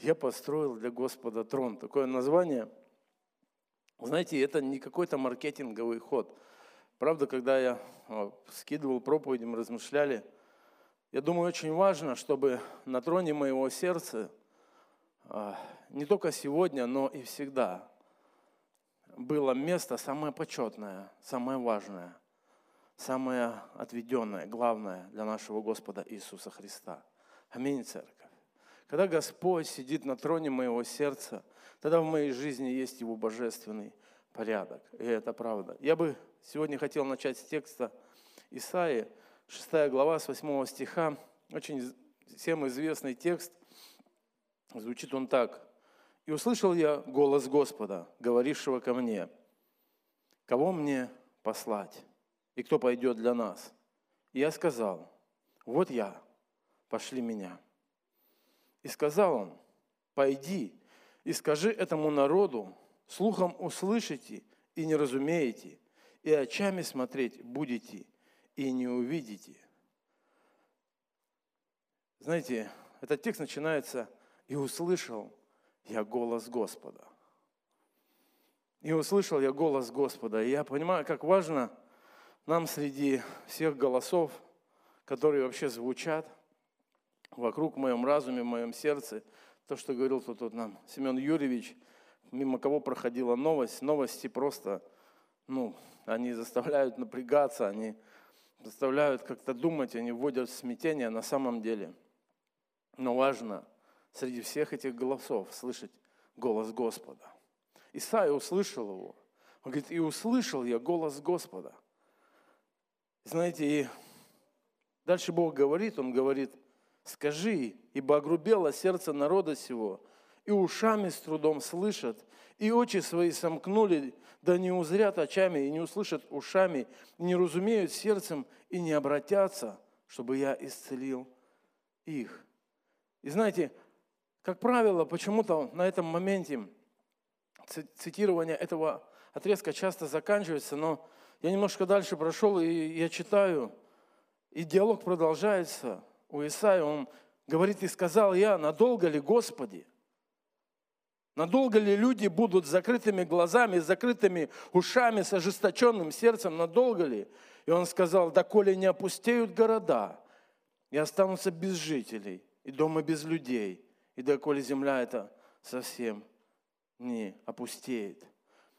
«Я построил для Господа трон». Такое название. Знаете, это не какой-то маркетинговый ход. Правда, когда я скидывал проповеди, мы размышляли, я думаю, очень важно, чтобы на троне моего сердца не только сегодня, но и всегда было место самое почетное, самое важное, самое отведенное, главное для нашего Господа Иисуса Христа. Аминь, церковь. Когда Господь сидит на троне моего сердца, тогда в моей жизни есть Его божественный порядок. И это правда. Я бы сегодня хотел начать с текста Исаии, 6 глава, с 8 стиха. Очень всем известный текст. Звучит он так. «И услышал я голос Господа, говорившего ко мне, кого мне послать, и кто пойдет для нас? И я сказал, вот я, пошли меня. И сказал он, пойди и скажи этому народу, слухом услышите и не разумеете, и очами смотреть будете и не увидите». Знаете, этот текст начинается «И услышал я голос Господа». И услышал я голос Господа. И я понимаю, как важно нам среди всех голосов, которые вообще звучат вокруг в моем разуме, в моем сердце, то, что говорил тут нам Семен Юрьевич, мимо кого проходила новость. Новости просто, они заставляют напрягаться, они заставляют как-то думать, они вводят в смятение на самом деле. Но важно среди всех этих голосов слышать голос Господа. Исаия услышал его. Он говорит, и услышал я голос Господа. Знаете, и дальше Бог говорит, Он говорит, скажи, ибо огрубело сердце народа сего, и ушами с трудом слышат, и очи свои сомкнули, да не узрят очами, и не услышат ушами, и не разумеют сердцем, и не обратятся, чтобы я исцелил их. И знаете, как правило, почему-то на этом моменте цитирование этого отрезка часто заканчивается, но я немножко дальше прошел, и я читаю, и диалог продолжается. У Исаии он говорит, и сказал я, надолго ли, Господи? Надолго ли люди будут с закрытыми глазами, с закрытыми ушами, с ожесточенным сердцем? Надолго ли? И он сказал, доколе не опустеют города, и останутся без жителей, и дома без людей, и доколе земля эта совсем не опустеет.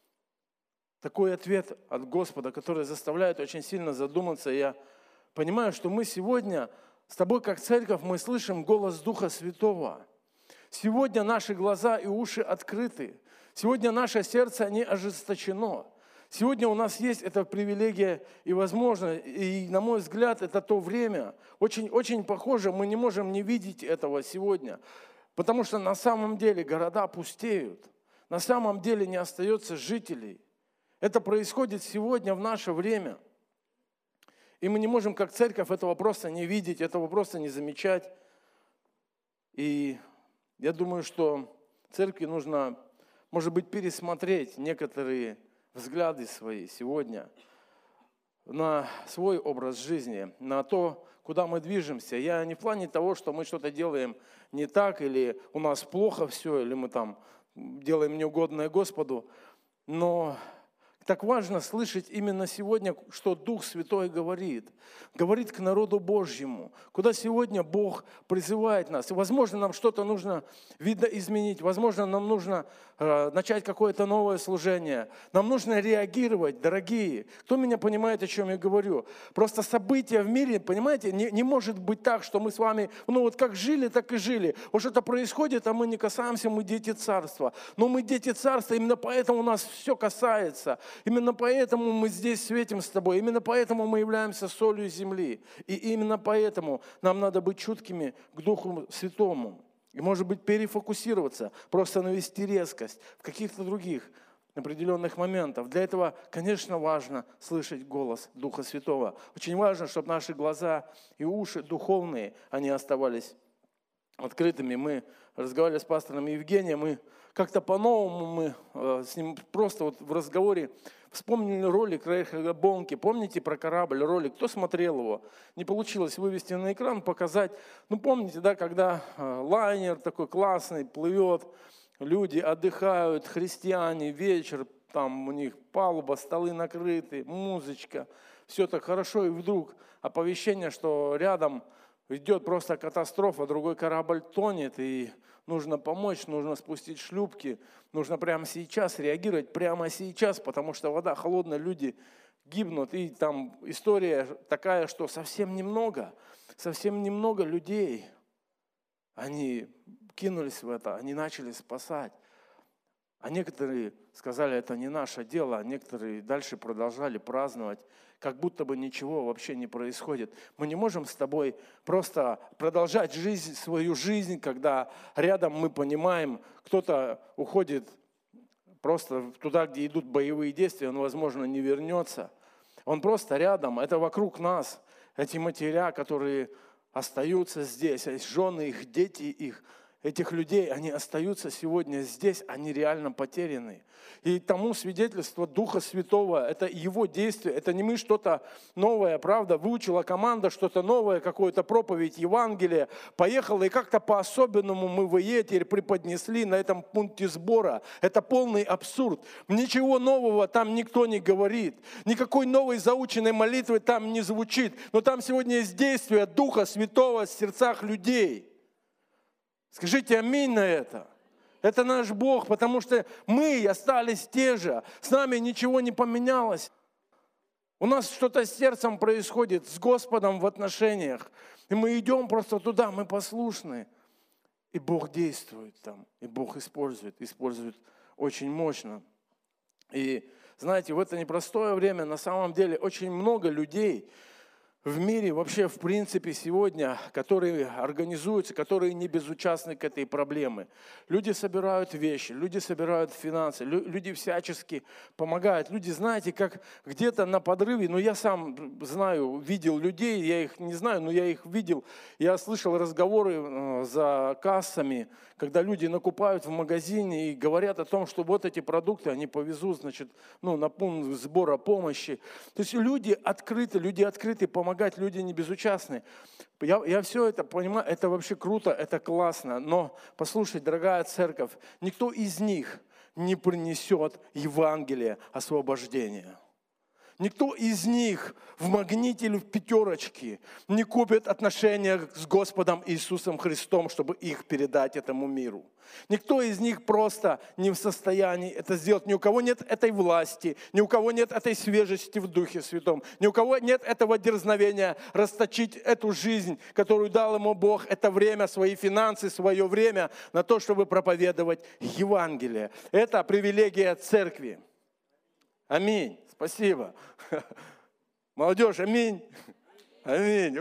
Такой ответ от Господа, который заставляет очень сильно задуматься. Я понимаю, что мы сегодня с тобой, как церковь, мы слышим голос Духа Святого. Сегодня наши глаза и уши открыты. Сегодня наше сердце не ожесточено. Сегодня у нас есть эта привилегия и возможность, и, на мой взгляд, это то время. Очень, очень похоже, мы не можем не видеть этого сегодня. Потому что на самом деле города пустеют. На самом деле не остается жителей. Это происходит сегодня в наше время. И мы не можем, как церковь, этого просто не видеть, этого просто не замечать. И я думаю, что церкви нужно, может быть, пересмотреть некоторые взгляды свои сегодня на свой образ жизни, на то, куда мы движемся. Я не в плане того, что мы что-то делаем не так, или у нас плохо все, или мы там делаем неугодное Господу, но так важно слышать именно сегодня, что Дух Святой говорит. Говорит к народу Божьему, куда сегодня Бог призывает нас. И, возможно, нам что-то нужно видоизменить, возможно, нам нужно начать какое-то новое служение. Нам нужно реагировать, дорогие. Кто меня понимает, о чем я говорю? Просто события в мире, понимаете, не может быть так, что мы с вами, вот как жили, так и жили. Вот что-то происходит, а мы не касаемся, мы дети Царства. Но мы дети Царства, именно поэтому нас все касается. Именно поэтому мы здесь светим с тобой. Именно поэтому мы являемся солью земли. И именно поэтому нам надо быть чуткими к Духу Святому. И, может быть, перефокусироваться, просто навести резкость в каких-то других определенных моментах. Для этого, конечно, важно слышать голос Духа Святого. Очень важно, чтобы наши глаза и уши духовные, они оставались открытыми. Мы разговаривали с пастором Евгением, и как-то по-новому мы с ним просто вот в разговоре вспомнили ролик Рейхарда Бонке. Помните про корабль ролик? Кто смотрел его? Не получилось вывести на экран, показать. Ну, помните, да, когда лайнер такой классный плывет, люди отдыхают, христиане, вечер, там у них палуба, столы накрыты, музычка, все так хорошо, и вдруг оповещение, что рядом идет просто катастрофа, другой корабль тонет, и нужно помочь, нужно спустить шлюпки, нужно прямо сейчас реагировать, прямо сейчас, потому что вода холодная, люди гибнут, и там история такая, что совсем немного людей, они кинулись в это, они начали спасать. А некоторые сказали, это не наше дело, а некоторые дальше продолжали праздновать, как будто бы ничего вообще не происходит. Мы не можем с тобой просто продолжать свою жизнь, когда рядом мы понимаем, кто-то уходит просто туда, где идут боевые действия, он, возможно, не вернется. Он просто рядом, это вокруг нас. Эти матеря, которые остаются здесь, жены их, дети их, этих людей, они остаются сегодня здесь, они реально потеряны. И тому свидетельство Духа Святого, это Его действие, это не мы что-то новое, правда, выучила команда что-то новое, какую-то проповедь Евангелия, поехала, и как-то по-особенному мы в Иетерь преподнесли на этом пункте сбора. Это полный абсурд. Ничего нового там никто не говорит, никакой новой заученной молитвы там не звучит, но там сегодня есть действие Духа Святого в сердцах людей. Скажите аминь на это. Это наш Бог, потому что мы остались те же. С нами ничего не поменялось. У нас что-то с сердцем происходит, с Господом в отношениях. И мы идем просто туда, мы послушны. И Бог действует там. И Бог использует очень мощно. И знаете, в это непростое время на самом деле очень много людей в мире, вообще в принципе сегодня, которые организуются, которые не безучастны к этой проблеме. Люди собирают вещи, люди собирают финансы, люди всячески помогают. Люди, знаете, как где-то на подрыве, я сам знаю, видел людей, я их не знаю, но я их видел. Я слышал разговоры за кассами, когда люди накупают в магазине и говорят о том, что вот эти продукты они повезут, на пункт сбора помощи. То есть люди открыты помогать, люди не безучастны. Я все это понимаю, это вообще круто, это классно. Но послушай, дорогая церковь, никто из них не принесет Евангелие освобождения. Никто из них в магните или в пятерочке не купит отношения с Господом Иисусом Христом, чтобы их передать этому миру. Никто из них просто не в состоянии это сделать. Ни у кого нет этой власти, ни у кого нет этой свежести в Духе Святом, ни у кого нет этого дерзновения расточить эту жизнь, которую дал ему Бог, это время, свои финансы, свое время на то, чтобы проповедовать Евангелие. Это привилегия церкви. Аминь. Спасибо. Молодежь, аминь. Аминь.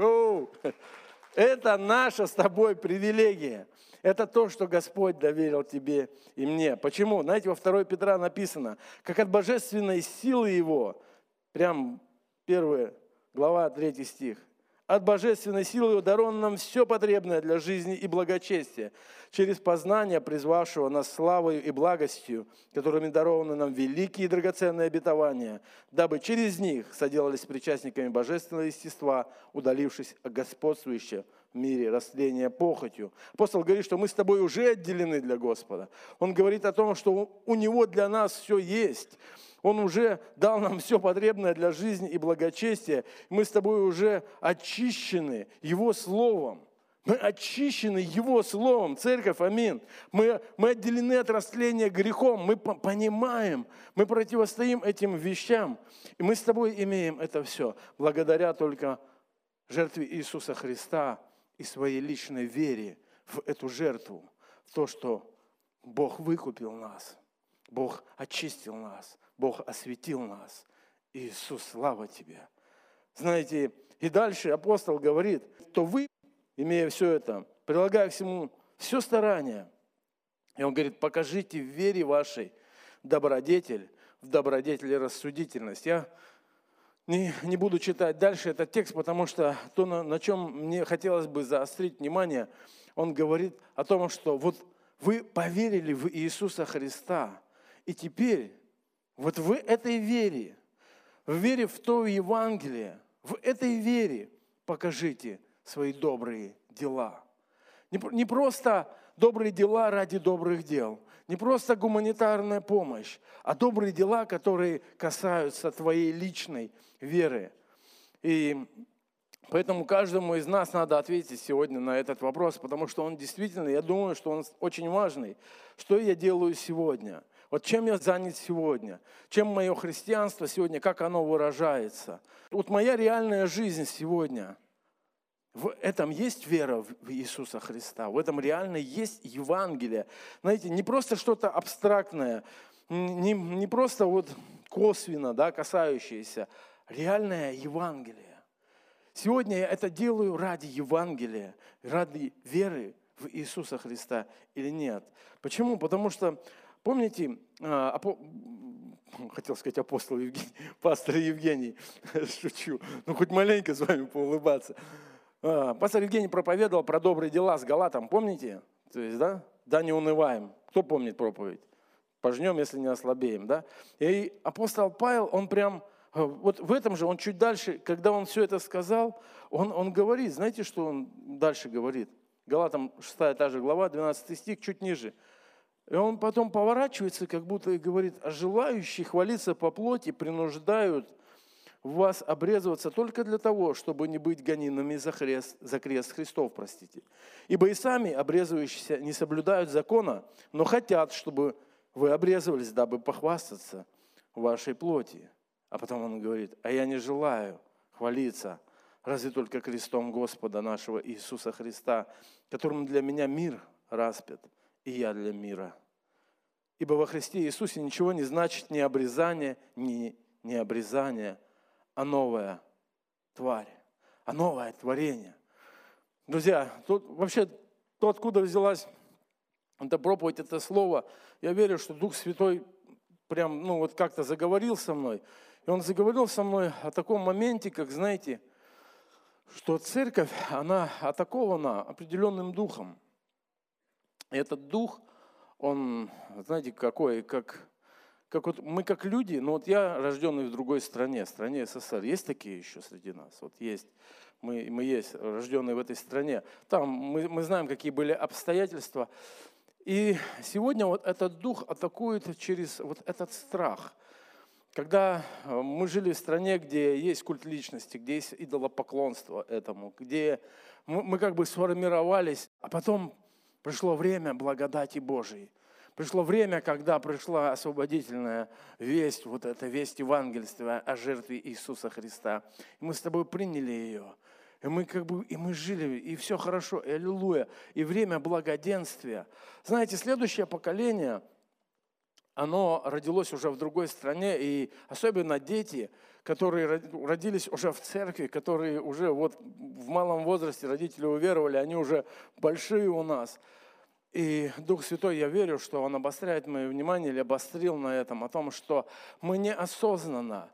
Это наша с тобой привилегия. Это то, что Господь доверил тебе и мне. Почему? Знаете, во 2 Петра написано, как от божественной силы Его, прям 1 глава, 3 стих, от божественной силы Его даровано нам все потребное для жизни и благочестия, через познание призвавшего нас славою и благостью, которыми дарованы нам великие и драгоценные обетования, дабы через них соделались причастниками божественного естества, удалившись от господствующего в мире растления похотью. Апостол говорит, что мы с тобой уже отделены для Господа. Он говорит о том, что у Него для нас все есть. Он уже дал нам все потребное для жизни и благочестия. Мы с тобой уже очищены Его Словом. Мы очищены Его Словом. Церковь, аминь. Мы отделены от растления грехом. Мы понимаем, мы противостоим этим вещам. И мы с тобой имеем это все благодаря только жертве Иисуса Христа и своей личной вере в эту жертву. В то, что Бог выкупил нас. Бог очистил нас. Бог осветил нас. Иисус, слава Тебе. Знаете, и дальше апостол говорит, что вы, имея все это, прилагая к всему все старание, и он говорит, покажите в вере вашей добродетель, в добродетели рассудительность. Я не буду читать дальше этот текст, потому что то, на чем мне хотелось бы заострить внимание, он говорит о том, что вот вы поверили в Иисуса Христа, и теперь вот в этой вере, в вере в то Евангелие, в этой вере покажите свои добрые дела. Не просто добрые дела ради добрых дел, не просто гуманитарная помощь, а добрые дела, которые касаются твоей личной веры. И поэтому каждому из нас надо ответить сегодня на этот вопрос, потому что он действительно, я думаю, что он очень важный. Что я делаю сегодня? Вот чем я занят сегодня? Чем мое христианство сегодня, как оно выражается? Вот моя реальная жизнь сегодня, в этом есть вера в Иисуса Христа, в этом реально есть Евангелие. Знаете, не просто что-то абстрактное, не просто вот косвенно, да, касающееся, реальное Евангелие. Сегодня я это делаю ради Евангелия, ради веры в Иисуса Христа или нет. Почему? Потому что, помните, хотел сказать апостол Евгений, пастор Евгений, шучу, хоть маленько с вами поулыбаться. Пастор Евгений проповедовал про добрые дела с Галатом, помните? То есть, да, не унываем. Кто помнит проповедь? Пожнем, если не ослабеем, да? И апостол Павел, он прям, вот в этом же, он чуть дальше, когда он все это сказал, он говорит, знаете, что он дальше говорит? Галатам 6 та же глава, 12 стих, чуть ниже. И он потом поворачивается, как будто и говорит, а желающие хвалиться по плоти принуждают вас обрезываться только для того, чтобы не быть гонимыми за крест Христов, простите. Ибо и сами обрезывающиеся не соблюдают закона, но хотят, чтобы вы обрезывались, дабы похвастаться в вашей плоти. А потом он говорит, а я не желаю хвалиться, разве только крестом Господа нашего Иисуса Христа, которым для меня мир распят, и я для мира. Ибо во Христе Иисусе ничего не значит ни обрезание, ни обрезание, а новая тварь, а новое творение. Друзья, тут вообще то, откуда взялась эта проповедь, это слово, я верю, что Дух Святой прям, вот как-то заговорил со мной. И Он заговорил со мной о таком моменте, как, знаете, что церковь, она атакована определенным духом. И этот дух, он, знаете, какой, как вот мы как люди, вот я рожденный в другой стране СССР, есть такие еще среди нас? Вот есть, мы есть, рожденные в этой стране. Там мы знаем, какие были обстоятельства. И сегодня вот этот дух атакует через вот этот страх. Когда мы жили в стране, где есть культ личности, где есть идолопоклонство этому, где мы как бы сформировались, а потом пришло время благодати Божией. Пришло время, когда пришла освободительная весть, вот эта весть евангельства о жертве Иисуса Христа. И мы с тобой приняли ее. И мы жили, и все хорошо, и аллилуйя. И время благоденствия. Знаете, следующее поколение, оно родилось уже в другой стране, и особенно дети, которые родились уже в церкви, которые уже вот в малом возрасте родители уверовали, они уже большие у нас. И Дух Святой, я верю, что Он обостряет мое внимание, или обострил на этом, о том, что мы неосознанно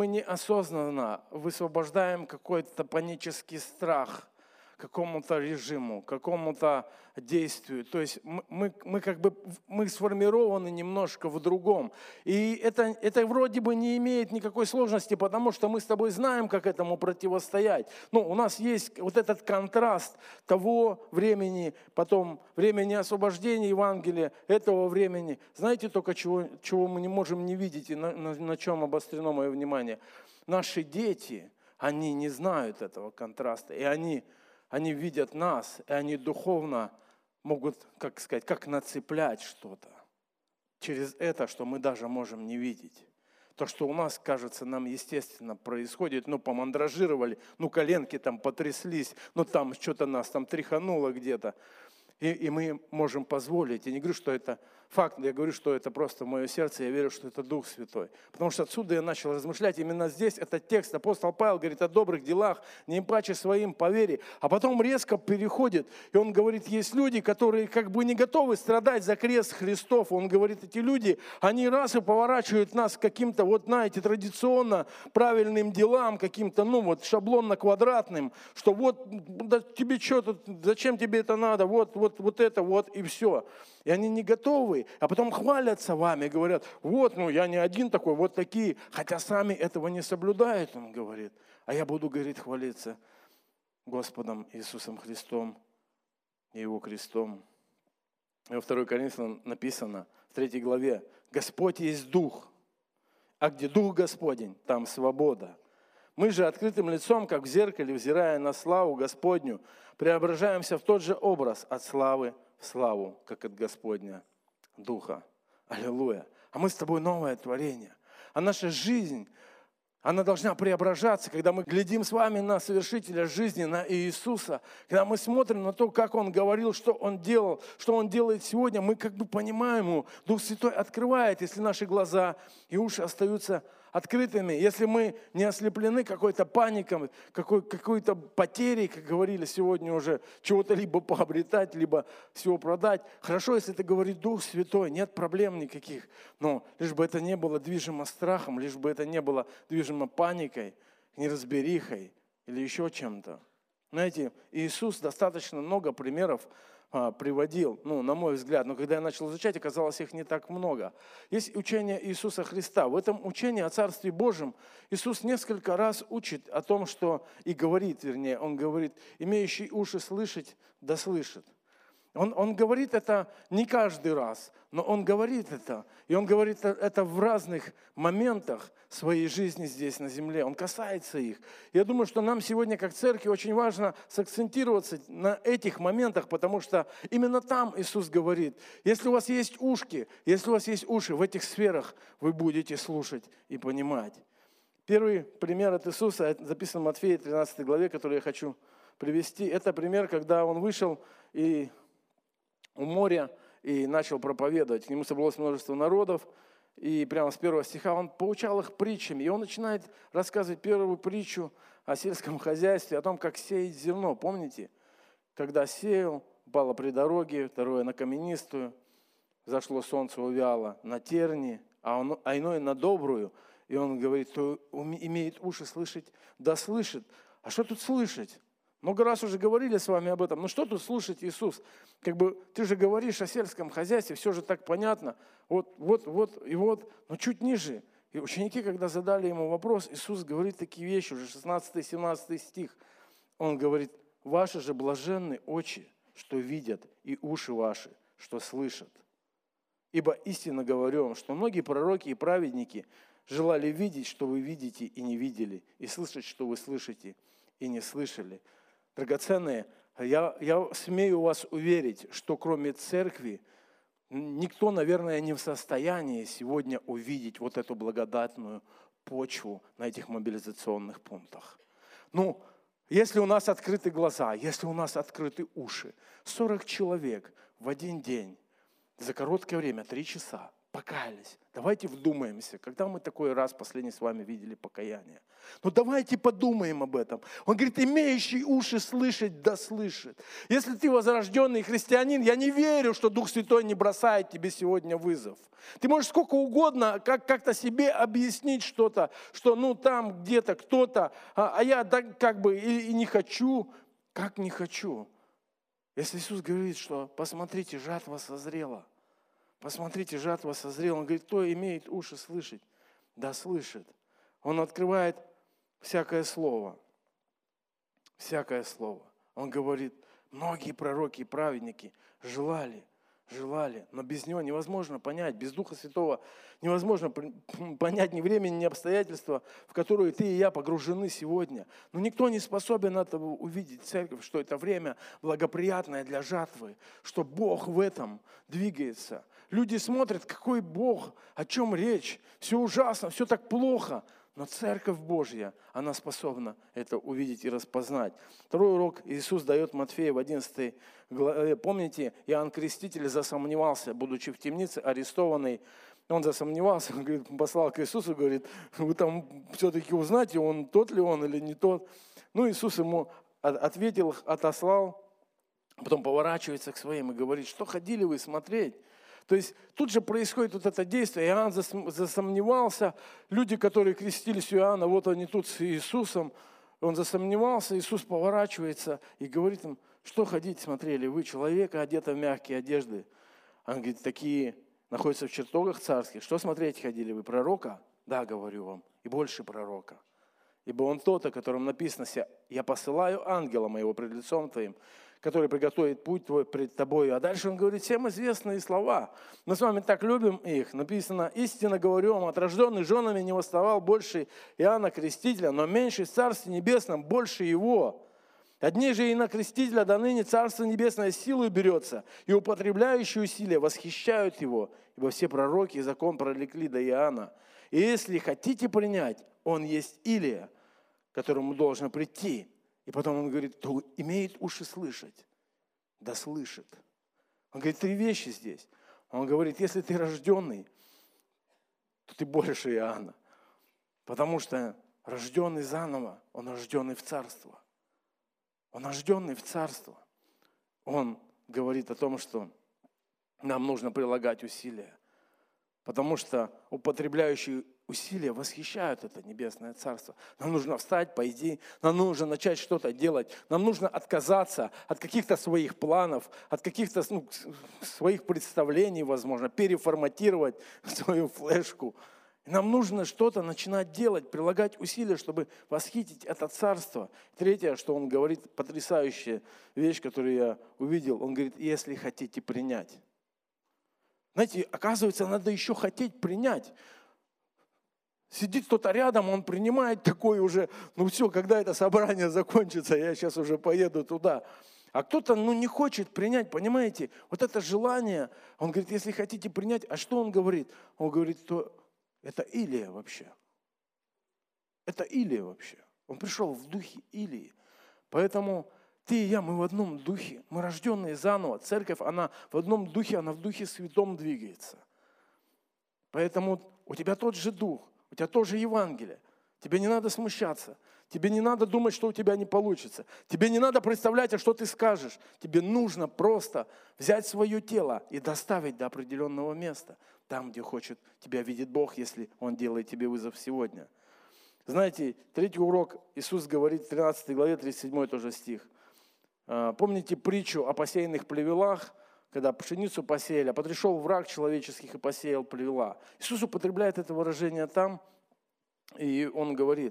высвобождаем какой-то панический страх какому-то режиму, какому-то действию. То есть мы сформированы немножко в другом. И это вроде бы не имеет никакой сложности, потому что мы с тобой знаем, как этому противостоять. У нас есть вот этот контраст того времени, потом времени освобождения Евангелия, этого времени. Знаете только, чего мы не можем не видеть и на чем обострено мое внимание? Наши дети, они не знают этого контраста, и они видят нас, и они духовно могут, как нацеплять что-то через это, что мы даже можем не видеть. То, что у нас, кажется, нам естественно происходит, помандражировали, коленки там потряслись, там что-то нас там тряхануло где-то. И мы можем позволить. Я не говорю, что это факт, я говорю, что это просто мое сердце, я верю, что это Дух Святой. Потому что отсюда я начал размышлять. Именно здесь этот текст, апостол Павел говорит о добрых делах, не паче своим по вере. А потом резко переходит, и он говорит, есть люди, которые как бы не готовы страдать за крест Христов. Он говорит, эти люди, они раз и поворачивают нас к каким-то, вот знаете, традиционно правильным делам, каким-то, шаблонно-квадратным, что вот, да тебе что тут, зачем тебе это надо, вот это, и все. И они не готовы, а потом хвалятся вами, говорят, я не один такой, вот такие, хотя сами этого не соблюдают, он говорит. А я буду, говорит, хвалиться Господом Иисусом Христом и Его крестом. И во 2 Коринфянам написано, в 3 главе, Господь есть Дух, а где Дух Господень, там свобода. Мы же открытым лицом, как в зеркале, взирая на славу Господню, преображаемся в тот же образ от славы в славу, как от Господня Духа. Аллилуйя. А мы с тобой новое творение. А наша жизнь, она должна преображаться, когда мы глядим с вами на совершителя жизни, на Иисуса, когда мы смотрим на то, как Он говорил, что Он делал, что Он делает сегодня, мы как бы понимаем Его. Дух Святой открывает, если наши глаза и уши остаются открытыми, если мы не ослеплены какой-то паникой, какой-то потерей, как говорили сегодня уже, чего-то либо пообретать, либо всего продать. Хорошо, если это говорит Дух Святой, нет проблем никаких, но лишь бы это не было движимо страхом, лишь бы это не было движимо паникой, неразберихой или еще чем-то. Знаете, Иисус достаточно много примеров приводил, на мой взгляд, но когда я начал изучать, оказалось, их не так много. Есть учение Иисуса Христа. В этом учении о Царстве Божьем Иисус несколько раз учит о том, что и говорит, Он говорит, имеющий уши слышать, да слышит. Он говорит это не каждый раз, но Он говорит это. И Он говорит это в разных моментах своей жизни здесь на земле. Он касается их. Я думаю, что нам сегодня как церкви очень важно сакцентироваться на этих моментах, потому что именно там Иисус говорит, если у вас есть ушки, если у вас есть уши, в этих сферах вы будете слушать и понимать. Первый пример от Иисуса, записан в Матфея 13 главе, который я хочу привести. Это пример, когда Он вышел и у моря и начал проповедовать. К нему собралось множество народов, и прямо с 1 стиха он поучал их притчами. И он начинает рассказывать первую притчу о сельском хозяйстве, о том, как сеять зерно. Помните? Когда сеял, упало при дороге, второе на каменистую, зашло солнце, увяло на терни, а иное на добрую. И он говорит, кто имеет уши слышать, да слышит. А что тут слышать? Много раз уже говорили с вами об этом. Ну что тут слушать, Иисус? Ты же говоришь о сельском хозяйстве, все же так понятно. Но чуть ниже. И ученики, когда задали ему вопрос, Иисус говорит такие вещи, уже 16-17 стих. Он говорит, ваши же блаженны очи, что видят, и уши ваши, что слышат. Ибо истинно говорю вам, что многие пророки и праведники желали видеть, что вы видите и не видели, и слышать, что вы слышите и не слышали. Драгоценные, я смею вас уверить, что кроме церкви никто, наверное, не в состоянии сегодня увидеть вот эту благодатную почву на этих мобилизационных пунктах. Если у нас открыты глаза, если у нас открыты уши, 40 человек в один день за короткое время, 3 часа, покаялись. Давайте вдумаемся, когда мы такой раз последний с вами видели покаяние. Давайте подумаем об этом. Он говорит, имеющий уши слышать, да слышит. Если ты возрожденный христианин, я не верю, что Дух Святой не бросает тебе сегодня вызов. Ты можешь сколько угодно как-то себе объяснить что-то, что там где-то кто-то, а я и не хочу. Как не хочу? Если Иисус говорит, что посмотрите, жатва созрела. Посмотрите, жатва созрела. Он говорит, кто имеет уши слышать, да слышит. Он открывает всякое слово. Всякое слово. Он говорит, многие пророки и праведники желали, но без него невозможно понять, без Духа Святого невозможно понять ни времени, ни обстоятельства, в которые ты и я погружены сегодня. Но никто не способен этого увидеть, церковь, что это время благоприятное для жатвы, что Бог в этом двигается. Люди смотрят, какой Бог, о чем речь, все ужасно, все так плохо. Но Церковь Божья, она способна это увидеть и распознать. Второй урок Иисус дает Матфея в 11 главе. Помните, Иоанн Креститель засомневался, будучи в темнице, арестованный. Он засомневался, он говорит, послал к Иисусу, говорит, вы там все-таки узнаете, он тот ли он или не тот. Ну, Иисус ему ответил, отослал, потом поворачивается к своим и говорит, что ходили вы смотреть? То есть тут же происходит вот это действие. Иоанн засомневался. Люди, которые крестились у Иоанна, вот они тут с Иисусом. Он засомневался, Иисус поворачивается и говорит им, что ходить смотрели вы, человека, одета в мягкие одежды. Он говорит, такие находятся в чертогах царских. Что смотреть ходили вы, пророка? Да, говорю вам, и больше пророка. Ибо он тот, о котором написано, я посылаю ангела моего пред лицом твоим, который приготовит путь твой пред тобою. А дальше он говорит всем известные слова. Мы с вами так любим их. Написано, истинно говорю вам, от рожденных женами не восставал больше Иоанна Крестителя, но меньше в Царстве Небесном больше его. Одни же Иоанна Крестителя до ныне Царство Небесное силой берется, и употребляющие усилия восхищают его, ибо все пророки и закон прорекли до Иоанна. И если хотите принять, он есть Илия, которому должно прийти. И потом он говорит, кто имеет уши слышать, да слышит. Он говорит, три вещи здесь. Он говорит, если ты рожденный, то ты больше Иоанна. Потому что рожденный заново, он рожденный в царство. Он рожденный в царство. Он говорит о том, что нам нужно прилагать усилия. Потому что употребляющие усилия восхищают это небесное царство. Нам нужно встать, пойти, нам нужно начать что-то делать. Нам нужно отказаться от каких-то своих планов, от каких-то своих представлений, возможно, переформатировать свою флешку. Нам нужно что-то начинать делать, прилагать усилия, чтобы восхитить это царство. Третье, что он говорит, потрясающая вещь, которую я увидел, он говорит, если хотите принять. Знаете, оказывается, надо еще хотеть принять. Сидит кто-то рядом, он принимает такой уже, ну все, когда это собрание закончится, я сейчас уже поеду туда. А кто-то, не хочет принять, понимаете? Вот это желание, он говорит, если хотите принять, а что он говорит? Он говорит, что это Илия вообще. Это Илия вообще. Он пришел в духе Илии. Поэтому ты и я, мы в одном духе, мы рожденные заново. Церковь, она в одном духе, она в Духе Святом двигается. Поэтому у тебя тот же дух, у тебя тоже Евангелие. Тебе не надо смущаться. Тебе не надо думать, что у тебя не получится. Тебе не надо представлять, а что ты скажешь. Тебе нужно просто взять свое тело и доставить до определенного места. Там, где хочет тебя видеть Бог, если Он делает тебе вызов сегодня. Знаете, третий урок Иисус говорит в 13 главе, 37 тоже стих. Помните притчу о посеянных плевелах, когда пшеницу посеяли, а пришел враг человеческих и посеял плевела. Иисус употребляет это выражение там, и Он говорит,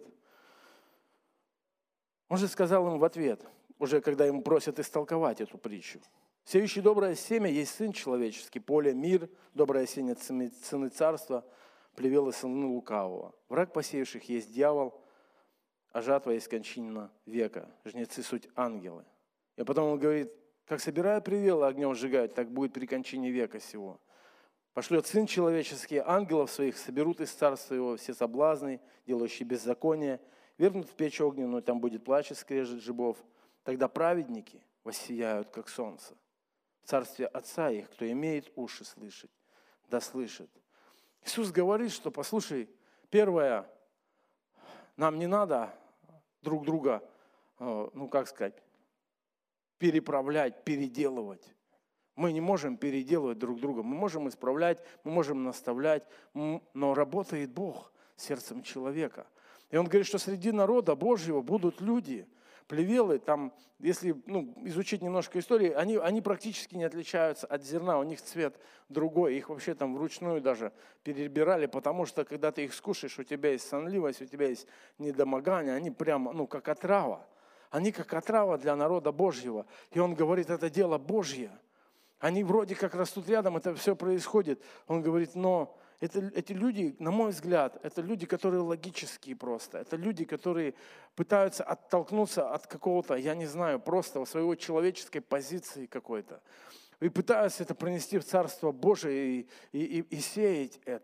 Он же сказал им в ответ, уже когда ему просят истолковать эту притчу. Сеющий доброе семя есть Сын человеческий, поле, мир, доброе семя сыны царства, плевелы сыны лукавого. Враг посеявших есть дьявол, а жатва есть кончина века. Жнецы суть ангелы. И потом он говорит, как собирая плевелы огнем сжигают, так будет при кончине века сего. Пошлет Сын человеческий, ангелов своих соберут из царства его все соблазны, делающие беззаконие, вернут в печь огненную, там будет плач и скрежет зубов. Тогда праведники воссияют, как солнце. В царстве Отца их, кто имеет уши слышать, да слышит. Иисус говорит, что, послушай, первое, нам не надо друг друга, переправлять, переделывать. Мы не можем переделывать друг друга. Мы можем исправлять, мы можем наставлять, но работает Бог сердцем человека. И Он говорит, что среди народа Божьего будут люди, плевелы, там, если изучить немножко истории, они практически не отличаются от зерна, у них цвет другой, их вообще там вручную даже перебирали, потому что когда ты их скушаешь, у тебя есть сонливость, у тебя есть недомогание, они прямо, как отрава. Они как отрава для народа Божьего. И Он говорит, это дело Божье. Они вроде как растут рядом, это все происходит. Он говорит, но эти люди, на мой взгляд, это люди, которые логические просто. Это люди, которые пытаются оттолкнуться от какого-то, я не знаю, просто своей человеческой позиции какой-то. И пытаются это принести в Царство Божие и сеять это.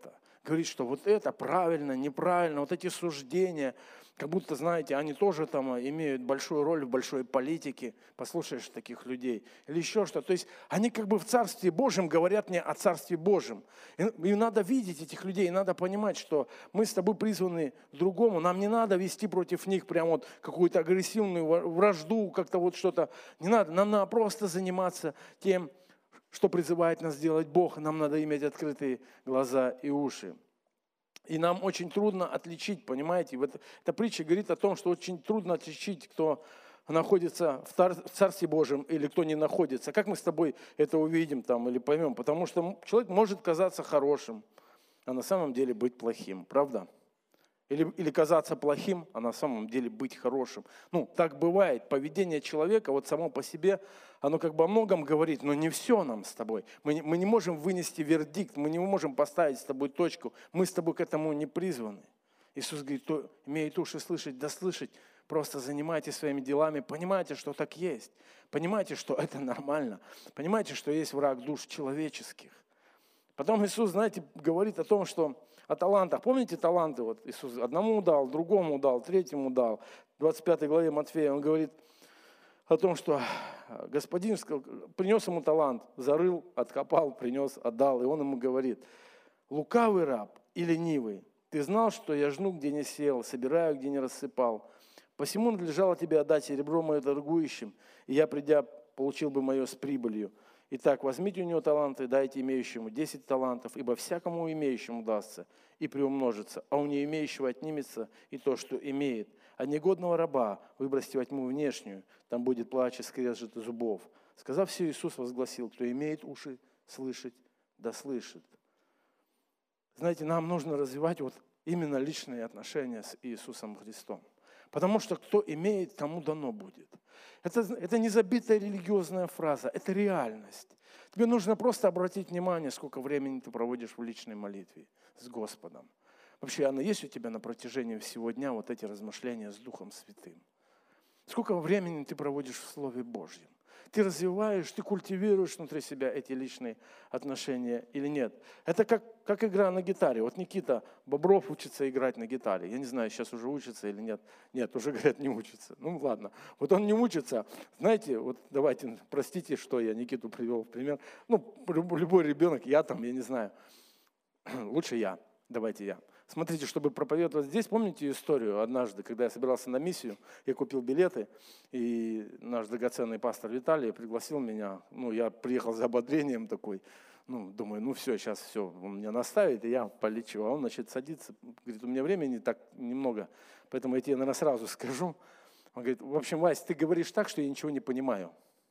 говорить, что вот это правильно, неправильно, вот эти суждения, как будто, знаете, они тоже там имеют большую роль в большой политике. Послушаешь таких людей. Или еще что. То есть они как бы в Царстве Божьем говорят мне о Царстве Божьем. И надо видеть этих людей, и надо понимать, что мы с тобой призваны к другому. Нам не надо вести против них прям вот какую-то агрессивную вражду, как-то вот что-то. Не надо. Нам надо просто заниматься тем, что призывает нас делать Бог. Нам надо иметь открытые глаза и уши. И нам очень трудно отличить, понимаете? Эта притча говорит о том, что очень трудно отличить, кто находится в Царстве Божьем или кто не находится. Как мы с тобой это увидим там или поймем? Потому что человек может казаться хорошим, а на самом деле быть плохим, правда? Или казаться плохим, а на самом деле быть хорошим. Ну, так бывает. Поведение человека вот само по себе, оно как бы о многом говорит, но не все нам с тобой. Мы не можем вынести вердикт, мы не можем поставить с тобой точку. Мы с тобой к этому не призваны. Иисус говорит, кто имеет уши слышать, да слышать. Просто занимайтесь своими делами, понимайте, что так есть. Понимайте, что это нормально. Понимайте, что есть враг душ человеческих. Потом Иисус, знаете, говорит о том, что о талантах. Помните таланты? Вот Иисус одному дал, другому дал, третьему дал. В 25 главе Матфея он говорит о том, что господин принес ему талант, зарыл, откопал, принес, отдал. И он ему говорит, лукавый раб и ленивый, ты знал, что я жну, где не сеял, собираю, где не рассыпал. Посему надлежало тебе отдать серебро мое торгующим, и я, придя, получил бы мое с прибылью. Итак, возьмите у него таланты, дайте имеющему 10 талантов, ибо всякому имеющему дастся и приумножится, а у неимеющего отнимется и то, что имеет. А негодного раба выбросьте во тьму внешнюю, там будет плач и скрежет зубов. Сказав все, Иисус возгласил, кто имеет уши слышать, да слышит. Знаете, нам нужно развивать вот именно личные отношения с Иисусом Христом. Потому что кто имеет, тому дано будет. Это не забитая религиозная фраза, это реальность. Тебе нужно просто обратить внимание, сколько времени ты проводишь в личной молитве с Господом. Вообще, она есть у тебя на протяжении всего дня, вот эти размышления с Духом Святым? Сколько времени ты проводишь в Слове Божьем? Ты развиваешь, ты культивируешь внутри себя эти личные отношения или нет? Это как игра на гитаре. Вот Никита Бобров учится играть на гитаре. Я не знаю, сейчас уже учится или нет. Нет, уже, говорят, не учится. Ну, ладно. Вот он не учится. Знаете, вот давайте, простите, что я Никиту привел в пример. Ну, любой ребенок, я не знаю. Лучше я. Давайте я. Смотрите, чтобы проповедовать здесь, помните историю однажды, когда я собирался на миссию, я купил билеты, и наш драгоценный пастор Виталий пригласил меня, я приехал за ободрением такой, думаю, все, сейчас все, он меня наставит, и я полечу. А он, садится, говорит, у меня времени так немного, поэтому я тебе, наверное, сразу скажу. Он говорит, в общем, Вась, ты говоришь так, что я ничего не понимаю.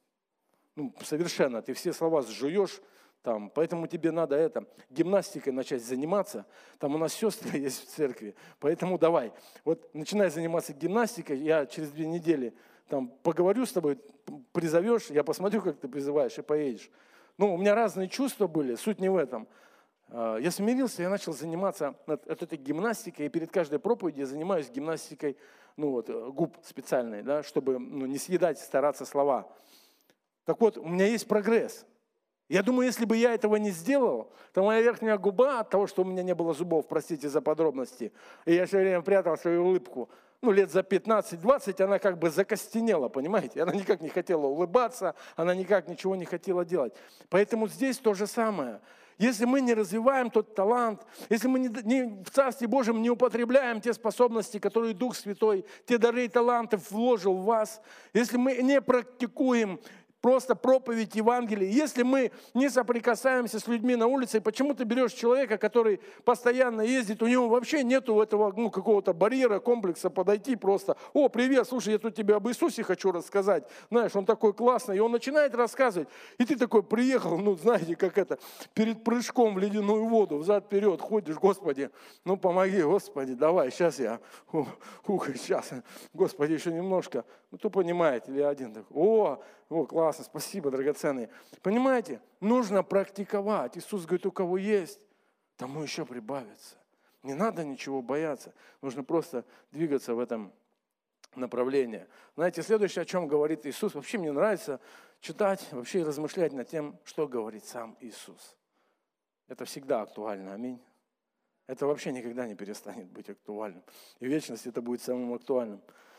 Совершенно, ты все слова сжуешь, поэтому тебе надо гимнастикой начать заниматься. Там у нас сестры есть в церкви, поэтому давай. Вот начинай заниматься гимнастикой, я через 2 недели поговорю с тобой, призовешь, я посмотрю, как ты призываешь, и поедешь. У меня разные чувства были, суть не в этом. Я смирился, я начал заниматься этой гимнастикой, и перед каждой проповедью я занимаюсь гимнастикой губ специальной, да, чтобы не съедать, стараться слова. Так вот, у меня есть прогресс. Я думаю, если бы я этого не сделал, то моя верхняя губа от того, что у меня не было зубов, простите за подробности, и я все время прятал свою улыбку, лет за 15-20 она как бы закостенела, понимаете? Она никак не хотела улыбаться, она никак ничего не хотела делать. Поэтому здесь то же самое. Если мы не развиваем тот талант, если мы в Царстве Божьем не употребляем те способности, которые Дух Святой, те дары и таланты вложил в вас, если мы не практикуем просто проповедь Евангелия. Если мы не соприкасаемся с людьми на улице, почему ты берешь человека, который постоянно ездит, у него вообще нету этого какого-то барьера, комплекса подойти просто. О, привет, слушай, я тут тебе об Иисусе хочу рассказать. Знаешь, он такой классный. И он начинает рассказывать. И ты такой приехал, знаете, как перед прыжком в ледяную воду, взад-вперед ходишь, Господи, помоги, Господи, давай, сейчас я, сейчас, Господи, еще немножко. Кто понимает, или один такой, о, классно, спасибо, драгоценные. Понимаете, нужно практиковать. Иисус говорит, у кого есть, тому еще прибавится. Не надо ничего бояться. Нужно просто двигаться в этом направлении. Знаете, следующее, о чем говорит Иисус. Вообще мне нравится читать, вообще и размышлять над тем, что говорит сам Иисус. Это всегда актуально. Аминь. Это вообще никогда не перестанет быть актуальным. И в вечности это будет самым актуальным.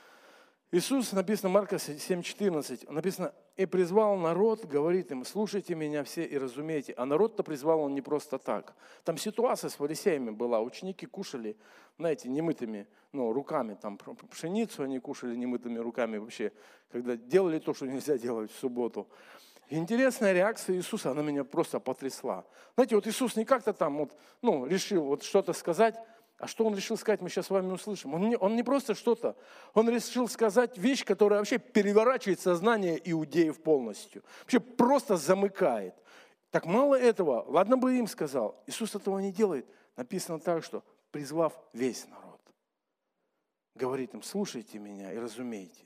Иисус, написано Марка 7:14, написано, и призвал народ, говорит им, слушайте меня все и разумейте. А народ-то призвал он не просто так. Там ситуация с фарисеями была, ученики кушали, знаете, немытыми руками, там пшеницу они кушали немытыми руками вообще, когда делали то, что нельзя делать в субботу. И интересная реакция Иисуса, она меня просто потрясла. Знаете, вот Иисус не как-то там решил что-то сказать, а что Он решил сказать, мы сейчас с вами услышим. Он не просто что-то, Он решил сказать вещь, которая вообще переворачивает сознание иудеев полностью. Вообще просто замыкает. Так мало этого, ладно бы им сказал, Иисус этого не делает. Написано так, что призвав весь народ, говорит им, слушайте меня и разумейте.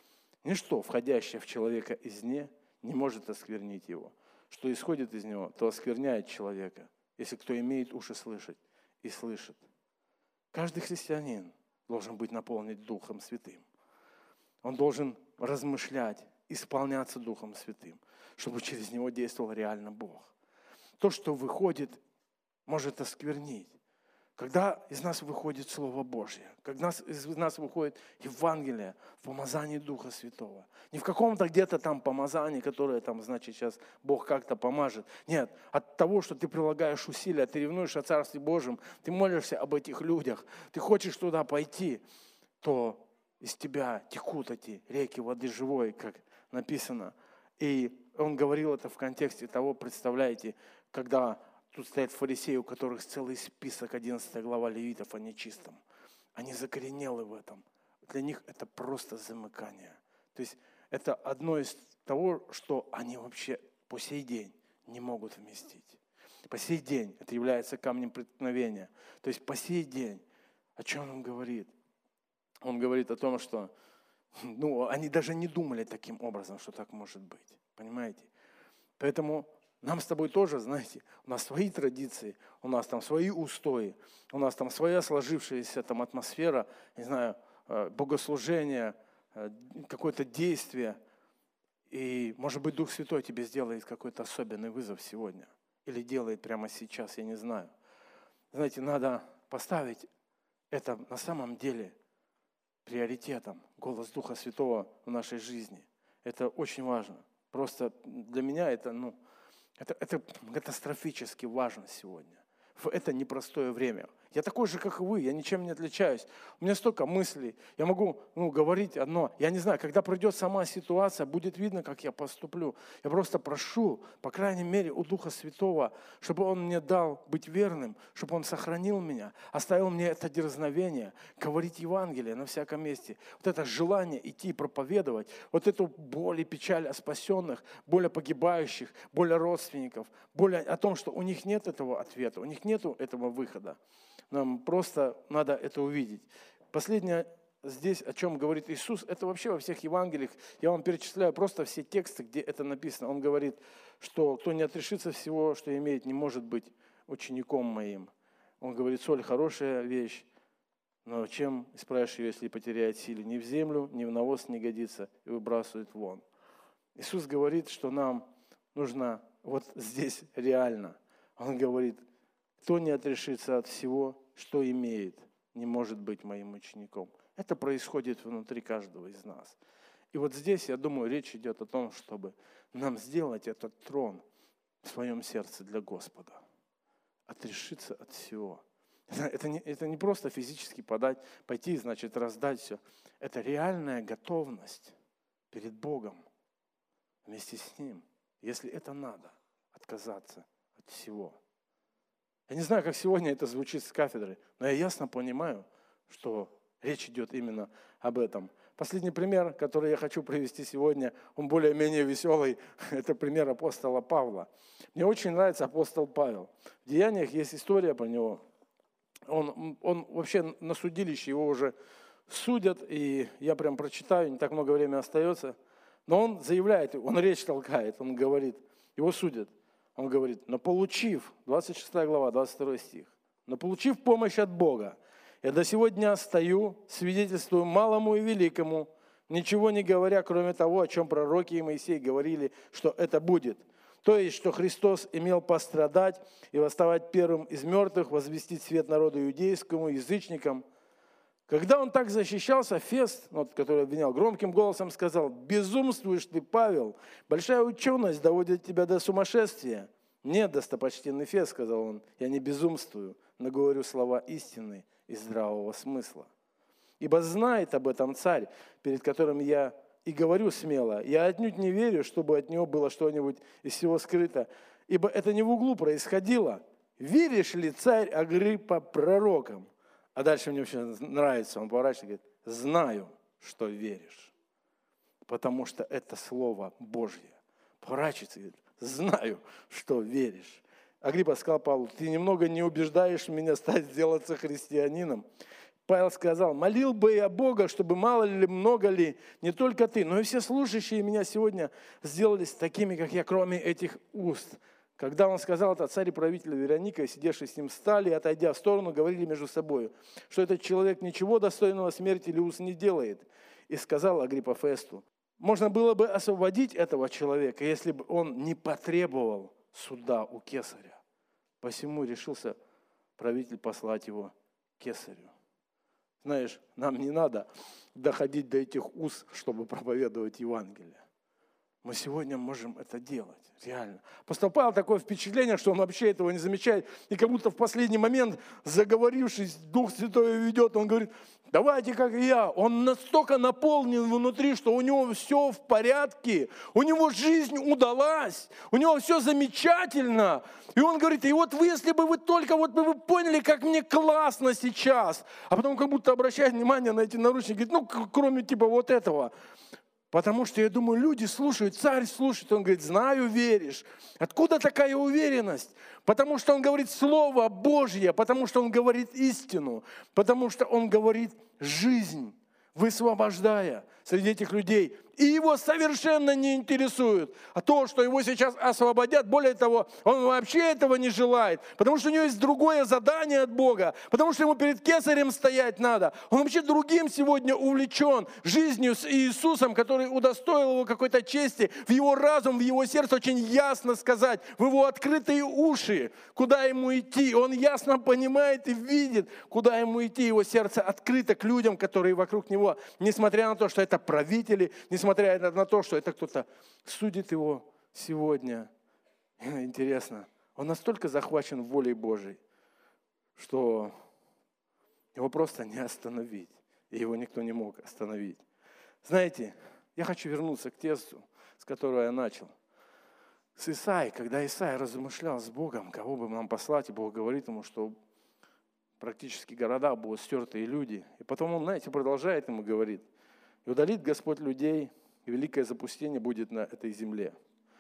Ничто, входящее в человека извне, не может осквернить его. Что исходит из него, то оскверняет человека, если кто имеет уши слышать и слышит. Каждый христианин должен быть наполнен Духом Святым. Он должен размышлять, исполняться Духом Святым, чтобы через него действовал реально Бог. То, что выходит, может осквернить. Когда из нас выходит Слово Божье, когда из нас выходит Евангелие в помазании Духа Святого. Не в каком-то где-то там помазании, которое там, значит, сейчас Бог как-то помажет. Нет, от того, что ты прилагаешь усилия, ты ревнуешь о Царстве Божьем, ты молишься об этих людях, ты хочешь туда пойти, то из тебя текут эти реки воды живой, как написано. И он говорил это в контексте того, представляете, когда тут стоят фарисеи, у которых целый список, 11 глава Левитов о нечистом. Они закоренелы в этом. Для них это просто замыкание. То есть это одно из того, что они вообще по сей день не могут вместить. По сей день это является камнем преткновения. То есть по сей день, о чем он говорит? Он говорит о том, что они даже не думали таким образом, что так может быть. Понимаете? Поэтому нам с тобой тоже, знаете, у нас свои традиции, у нас там свои устои, у нас там своя сложившаяся там атмосфера, не знаю, богослужения, какое-то действие. И, может быть, Дух Святой тебе сделает какой-то особенный вызов сегодня. Или делает прямо сейчас, я не знаю. Знаете, надо поставить это на самом деле приоритетом, голос Духа Святого в нашей жизни. Это очень важно. Просто для меня это катастрофически важно сегодня. В это непростое время. Я такой же, как и вы, я ничем не отличаюсь. У меня столько мыслей, я могу говорить одно. Я не знаю, когда придет сама ситуация, будет видно, как я поступлю. Я просто прошу, по крайней мере, у Духа Святого, чтобы Он мне дал быть верным, чтобы Он сохранил меня, оставил мне это дерзновение, говорить Евангелие на всяком месте. Вот это желание идти проповедовать, вот эту боль и печаль о спасенных, боль о погибающих, боль о родственников, боль о том, что у них нет этого ответа, у них нет этого выхода. Нам просто надо это увидеть. Последнее здесь, о чем говорит Иисус, это вообще во всех Евангелиях. Я вам перечисляю просто все тексты, где это написано. Он говорит, что кто не отрешится всего, что имеет, не может быть учеником моим. Он говорит, соль хорошая вещь, но чем исправишь ее, если потеряет силу? Ни в землю, ни в навоз не годится и выбрасывает вон. Иисус говорит, что нам нужно вот здесь реально. Он говорит, кто не отрешится от всего, что имеет, не может быть моим учеником. Это происходит внутри каждого из нас. И вот здесь, я думаю, речь идет о том, чтобы нам сделать этот трон в своем сердце для Господа. Отрешиться от всего. Это не просто физически пойти, значит, раздать все. Это реальная готовность перед Богом вместе с Ним. Если это надо, отказаться от всего. Я не знаю, как сегодня это звучит с кафедры, но я ясно понимаю, что речь идет именно об этом. Последний пример, который я хочу привести сегодня, он более-менее веселый, это пример апостола Павла. Мне очень нравится апостол Павел. В Деяниях есть история про него. Он вообще на судилище, его уже судят, и я прям прочитаю, не так много времени остается. Но он заявляет, он речь толкает, он говорит, его судят. Он говорит, но получив, 26 глава, 22 стих, но получив помощь от Бога, я до сего дня стою, свидетельствую малому и великому, ничего не говоря, кроме того, о чем пророки и Моисей говорили, что это будет. То есть, что Христос имел пострадать и восставать первым из мертвых, возвестить свет народу иудейскому, язычникам. Когда он так защищался, Фест, который обвинял, громким голосом сказал: «Безумствуешь ты, Павел, большая ученость доводит тебя до сумасшествия». «Нет, достопочтенный Фест, — сказал он, — я не безумствую, но говорю слова истины и здравого смысла. Ибо знает об этом царь, перед которым я и говорю смело. Я отнюдь не верю, чтобы от него было что-нибудь из всего скрыто, ибо это не в углу происходило. Веришь ли, царь Агриппа, пророкам?» А дальше мне очень нравится, он поворачивается и говорит: «Знаю, что веришь, потому что это Слово Божье». Поворачивается и говорит: «Знаю, что веришь». Агриппа сказал Павлу: «Ты немного не убеждаешь меня сделаться христианином». Павел сказал: «Молил бы я Бога, чтобы мало ли, много ли, не только ты, но и все слушающие меня сегодня сделались такими, как я, кроме этих уст». Когда он сказал это, царь и правитель Вероника, сидевшие с ним, встали и, отойдя в сторону, говорили между собой, что этот человек ничего достойного смерти или уз не делает. И сказал Агриппа Фесту: «Можно было бы освободить этого человека, если бы он не потребовал суда у кесаря». Посему решился правитель послать его к кесарю. Знаешь, нам не надо доходить до этих уз, чтобы проповедовать Евангелие. Мы сегодня можем это делать, реально. Апостол Павел, такое впечатление, что он вообще этого не замечает. И как будто в последний момент, заговорившись, Дух Святой ведет, он говорит: давайте как и я. Он настолько наполнен внутри, что у него все в порядке, у него жизнь удалась, у него все замечательно. И он говорит: и вот вы, если бы вы только вот бы вы поняли, как мне классно сейчас. А потом как будто обращает внимание на эти наручники, говорит: ну, кроме типа вот этого. Потому что, я думаю, люди слушают, царь слушает, он говорит: знаю, веришь. Откуда такая уверенность? Потому что он говорит Слово Божье, потому что он говорит истину, потому что он говорит жизнь, высвобождая среди этих людей. И его совершенно не интересует то, что его сейчас освободят. Более того, он вообще этого не желает, потому что у него есть другое задание от Бога, потому что ему перед кесарем стоять надо. Он вообще другим сегодня увлечен, жизнью с Иисусом, который удостоил его какой-то чести, в его разум, в его сердце очень ясно сказать, в его открытые уши, куда ему идти. Он ясно понимает и видит, куда ему идти. Его сердце открыто к людям, которые вокруг него, несмотря на то, что это правители, несмотря на то, что это кто-то судит его сегодня. Интересно, он настолько захвачен волей Божией, что его просто не остановить. И его никто не мог остановить. Знаете, я хочу вернуться к тексту, с которого я начал. С Исаией, когда Исаия размышлял с Богом, кого бы нам послать, и Бог говорит ему, что практически города будут стерты, и люди. И потом он, знаете, продолжает ему говорить: «И удалит Господь людей, и великое запустение будет на этой земле.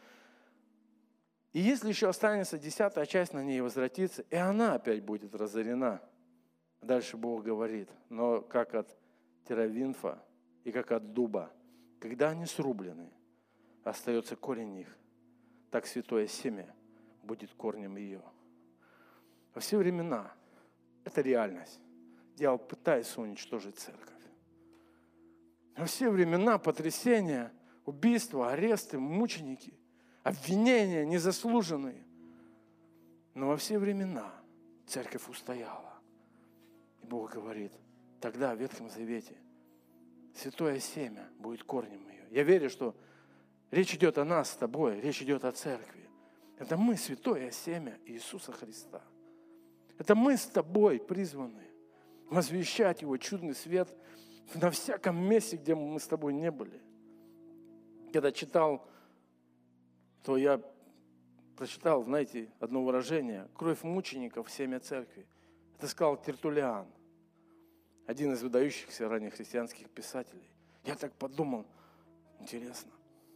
И если еще останется 10-я часть, на ней возвратится, и она опять будет разорена». Дальше Бог говорит: «Но как от теравинфа и как от дуба, когда они срублены, остается корень их, так святое семя будет корнем ее». Во все времена это реальность. Дьявол пытается уничтожить церковь. Во все времена потрясения, убийства, аресты, мученики, обвинения незаслуженные. Но во все времена церковь устояла. И Бог говорит: тогда в Ветхом Завете святое семя будет корнем ее. Я верю, что речь идет о нас с тобой, речь идет о церкви. Это мы святое семя Иисуса Христа. Это мы с тобой призваны возвещать Его чудный свет на всяком месте, где мы с тобой не были. Когда читал, то я прочитал, знаете, одно выражение: кровь мучеников, семя церкви. Это сказал Тертуллиан, один из выдающихся раннехристианских писателей. Я так подумал: интересно,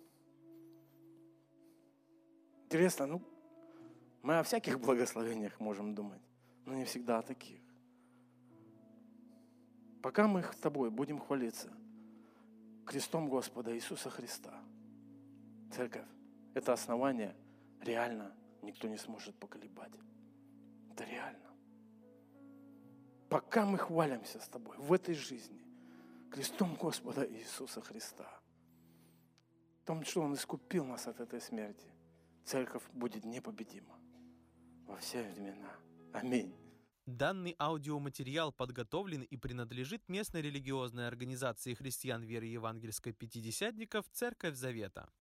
мы о всяких благословениях можем думать, но не всегда о таких. Пока мы с тобой будем хвалиться крестом Господа Иисуса Христа, церковь, это основание реально никто не сможет поколебать. Это реально. Пока мы хвалимся с тобой в этой жизни крестом Господа Иисуса Христа, в том, что Он искупил нас от этой смерти, церковь будет непобедима во все времена. Аминь. Данный аудиоматериал подготовлен и принадлежит местной религиозной организации христиан веры евангельской пятидесятников «Церковь Завета».